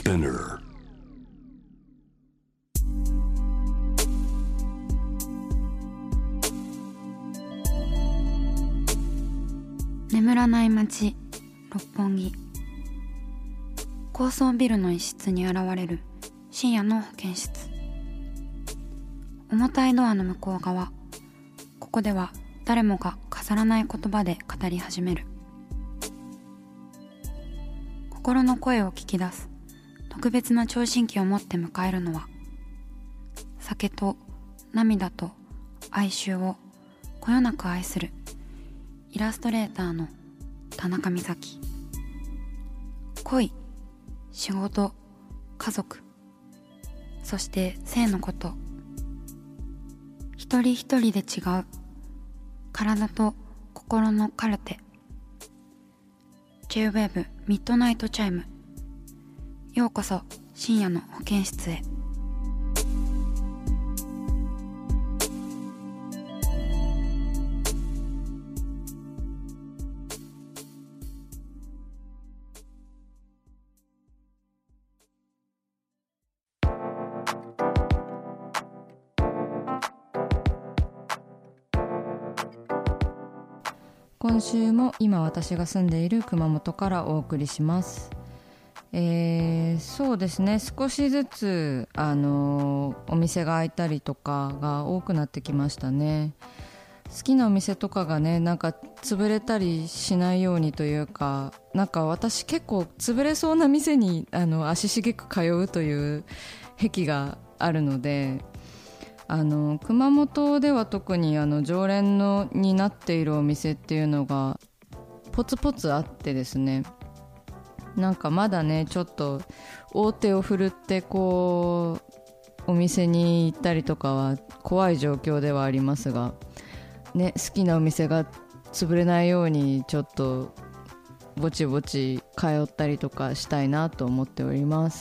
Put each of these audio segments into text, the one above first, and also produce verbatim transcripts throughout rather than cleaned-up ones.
Spinner。 眠らない街六本木。高層ビルの一室に現れる深夜の保健室。重たいドアの向こう側、ここでは誰もが飾らない言葉で語り始める。心の声を聞き出す特別な聴診器を持って迎えるのは、酒と涙と哀愁をこよなく愛するイラストレーターの田中美咲。恋、仕事、家族、そして性のこと、一人一人で違う体と心のカルテ。 J-Wave ミッドナイトチャイム。ようこそ深夜の保健室へ。 今週も今私が住んでいる熊本からお送りします。えー、そうですね、少しずつあのお店が開いたりとかが多くなってきましたね。好きなお店とかがね、なんか潰れたりしないようにというか、なんか私結構潰れそうな店にあの足しげく通うという癖があるので、あの熊本では特にあの常連のになっているお店っていうのがポツポツあってですね、なんかまだねちょっと大手を振るってこうお店に行ったりとかは怖い状況ではありますがね、好きなお店が潰れないようにちょっとぼちぼち通ったりとかしたいなと思っております。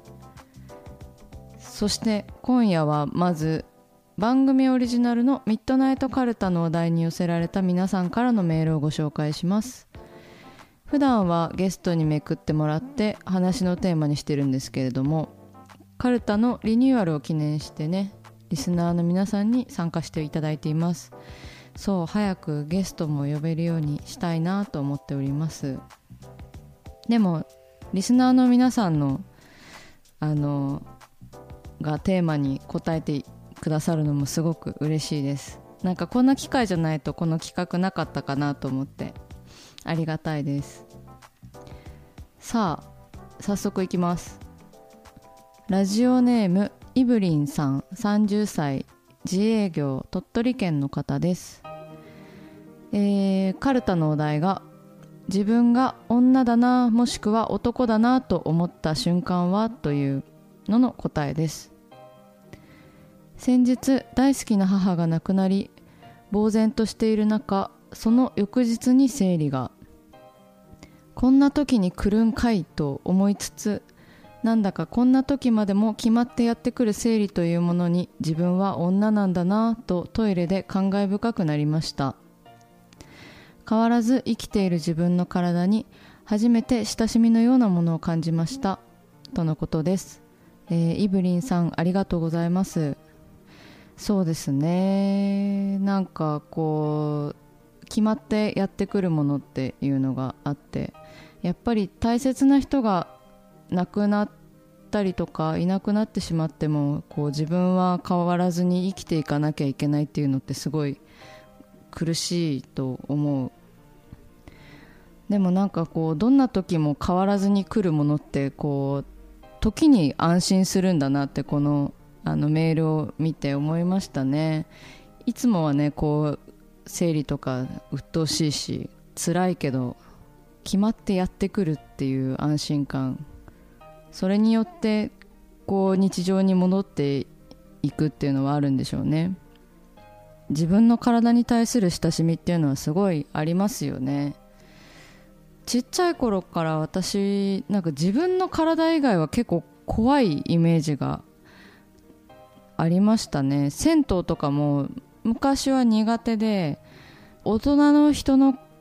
そして今夜はまず番組オリジナルのミッドナイトカルタのお題に寄せられた皆さんからのメールをご紹介します。普段はゲストにめくってもらって話のテーマにしてるんですけれども、カルタのリニューアルを記念してね、リスナーの皆さんに参加していただいています。そう、早くゲストも呼べるようにしたいなと思っております。でもリスナーの皆さんのあのがテーマに答えてくださるのもすごく嬉しいです。なんかこんな機会じゃないとこの企画なかったかなと思ってありがたいです。さあ早速いきます。ラジオネームイブリンさん、さんじゅっさい、自営業、鳥取県の方です。えー、カルタのお題が自分が女だなもしくは男だなと思った瞬間はというのの答えです。先日大好きな母が亡くなり呆然としている中、その翌日に生理が。こんな時に来るんかいと思いつつ、なんだかこんな時までも決まってやってくる生理というものに自分は女なんだなとトイレで感慨深くなりました。変わらず生きている自分の体に初めて親しみのようなものを感じましたとのことです。えー、イブリンさんありがとうございます。そうですね、なんかこう決まってやってくるものっていうのがあって、やっぱり大切な人が亡くなったりとかいなくなってしまってもこう自分は変わらずに生きていかなきゃいけないっていうのってすごい苦しいと思う。でもなんかこうどんな時も変わらずに来るものってこう時に安心するんだなってこのあのメールを見て思いましたね。いつもはねこう生理とか鬱陶しいし辛いけど決まってやってくるっていう安心感、それによってこう日常に戻っていくっていうのはあるんでしょうね。自分の体に対する親しみっていうのはすごいありますよね。ちっちゃい頃から私なんか自分の体以外は結構怖いイメージがありましたね。銭湯とかも昔は苦手で、大人の人の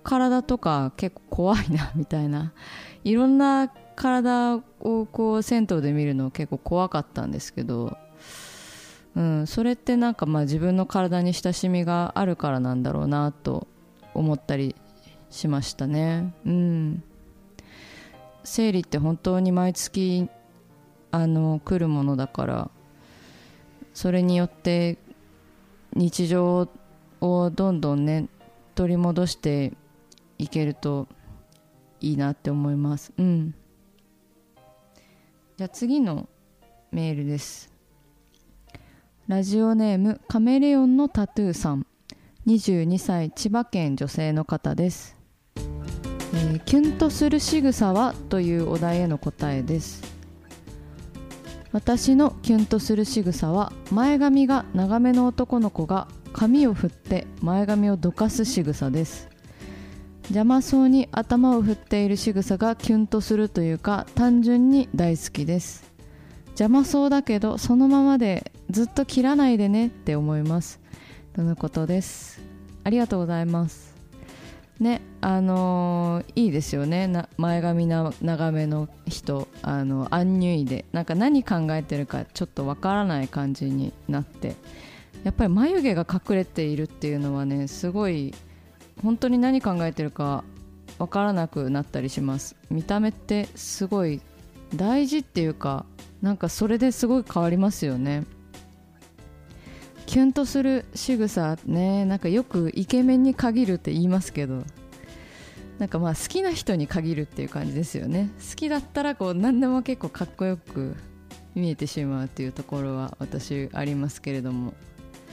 体とか結構怖いなみたいな、いろんな体をこう銭湯で見るの結構怖かったんですけど、うん、それってなんかまあ自分の体に親しみがあるからなんだろうなと思ったりしましたね。うん、生理って本当に毎月あの来るものだから、それによって日常をどんどんね取り戻していけるといいなって思います。うん。じゃあ次のメールです。ラジオネームカメレオンのタトゥーさん、にじゅうにさい、千葉県女性の方です。えー、キュンとする仕草はというお題への答えです。私のキュンとする仕草は、前髪が長めの男の子が髪を振って前髪をどかす仕草です。邪魔そうに頭を振っている仕草がキュンとするというか、単純に大好きです。邪魔そうだけどそのままでずっと切らないでねって思います、とのことです。ありがとうございますね。あのー、いいですよね。な前髪な長めの人、あのアンニュイでなんか何考えてるかちょっとわからない感じになって、やっぱり眉毛が隠れているっていうのはね、すごい本当に何考えてるかわからなくなったりします。見た目ってすごい大事っていうか、なんかそれですごい変わりますよね。キュンとする仕草ね、なんかよくイケメンに限るって言いますけど、なんかまあ好きな人に限るっていう感じですよね。好きだったらこう何でも結構かっこよく見えてしまうっていうところは私ありますけれども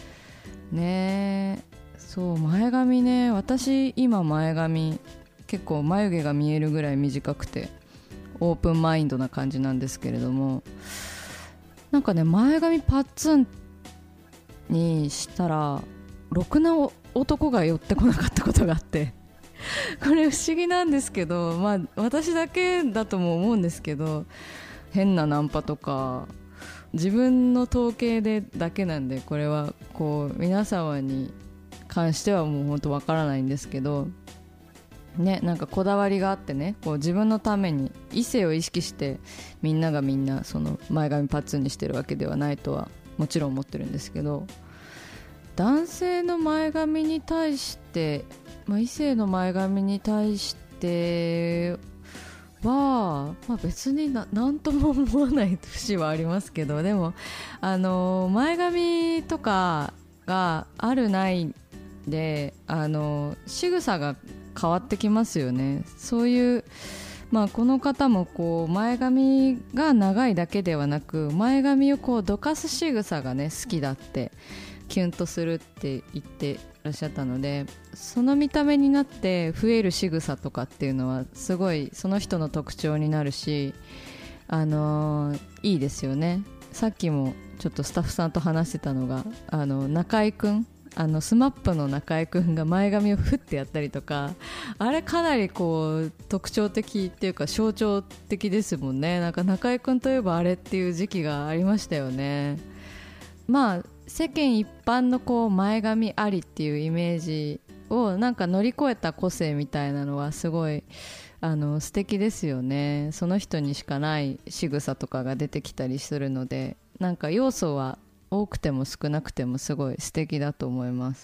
ね。そう前髪ね、私今前髪結構眉毛が見えるぐらい短くてオープンマインドな感じなんですけれども、なんかね前髪パッツンにしたらろくな男が寄ってこなかったことがあってこれ不思議なんですけど、まあ私だけだとも思うんですけど、変なナンパとか自分の統計でだけなんで、これはこう皆様に関してはもう本当わからないんですけどね、なんかこだわりがあってね、こう自分のために異性を意識してみんながみんなその前髪パッツンにしてるわけではないとはもちろん思ってるんですけど、男性の前髪に対して、まあ、異性の前髪に対しては、まあ、別にな何とも思わない節はありますけど、でもあの前髪とかがあるないであの仕草が変わってきますよね。そういう、まあ、この方もこう前髪が長いだけではなく、前髪をこうどかす仕草がね好きだってキュンとするって言ってらっしゃったので、その見た目になって増える仕草とかっていうのはすごいその人の特徴になるし、あのー、いいですよね。さっきもちょっとスタッフさんと話してたのが、あの中居くん、あのスマップの中居くんが前髪をフッてやったりとか、あれかなりこう特徴的っていうか象徴的ですもんね。なんか中居くんといえばあれっていう時期がありましたよね。まあ世間一般のこう前髪ありっていうイメージをなんか乗り越えた個性みたいなのはすごいあの素敵ですよね。その人にしかない仕草とかが出てきたりするので、なんか要素は多くても少なくてもすごい素敵だと思います。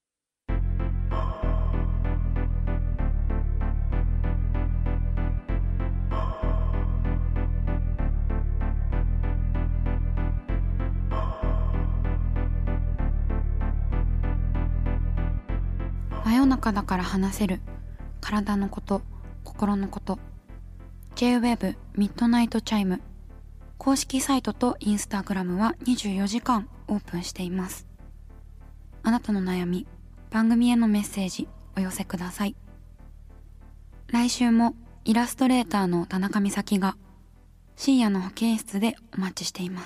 真夜中だから話せる体のこと、心のこと。 J-ウェブ ミッドナイトチャイム公式サイトとインスタグラムはにじゅうよじかんオープンしています。あなたの悩み、番組へのメッセージお寄せください。来週もイラストレーターの田中美咲が深夜の保健室でお待ちしています。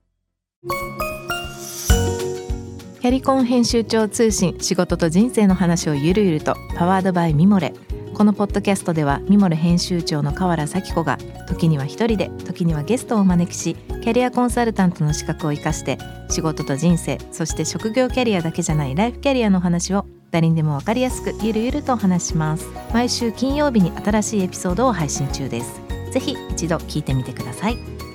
キャリコン編集長通信、仕事と人生の話をゆるゆると、パワードバイミモレ。このポッドキャストではミモレ編集長の河原咲子が時には一人で、時にはゲストをお招きし、キャリアコンサルタントの資格を生かして仕事と人生、そして職業キャリアだけじゃないライフキャリアの話を誰にでもわかりやすくゆるゆるとお話します。毎週金曜日に新しいエピソードを配信中です。ぜひ一度聞いてみてください。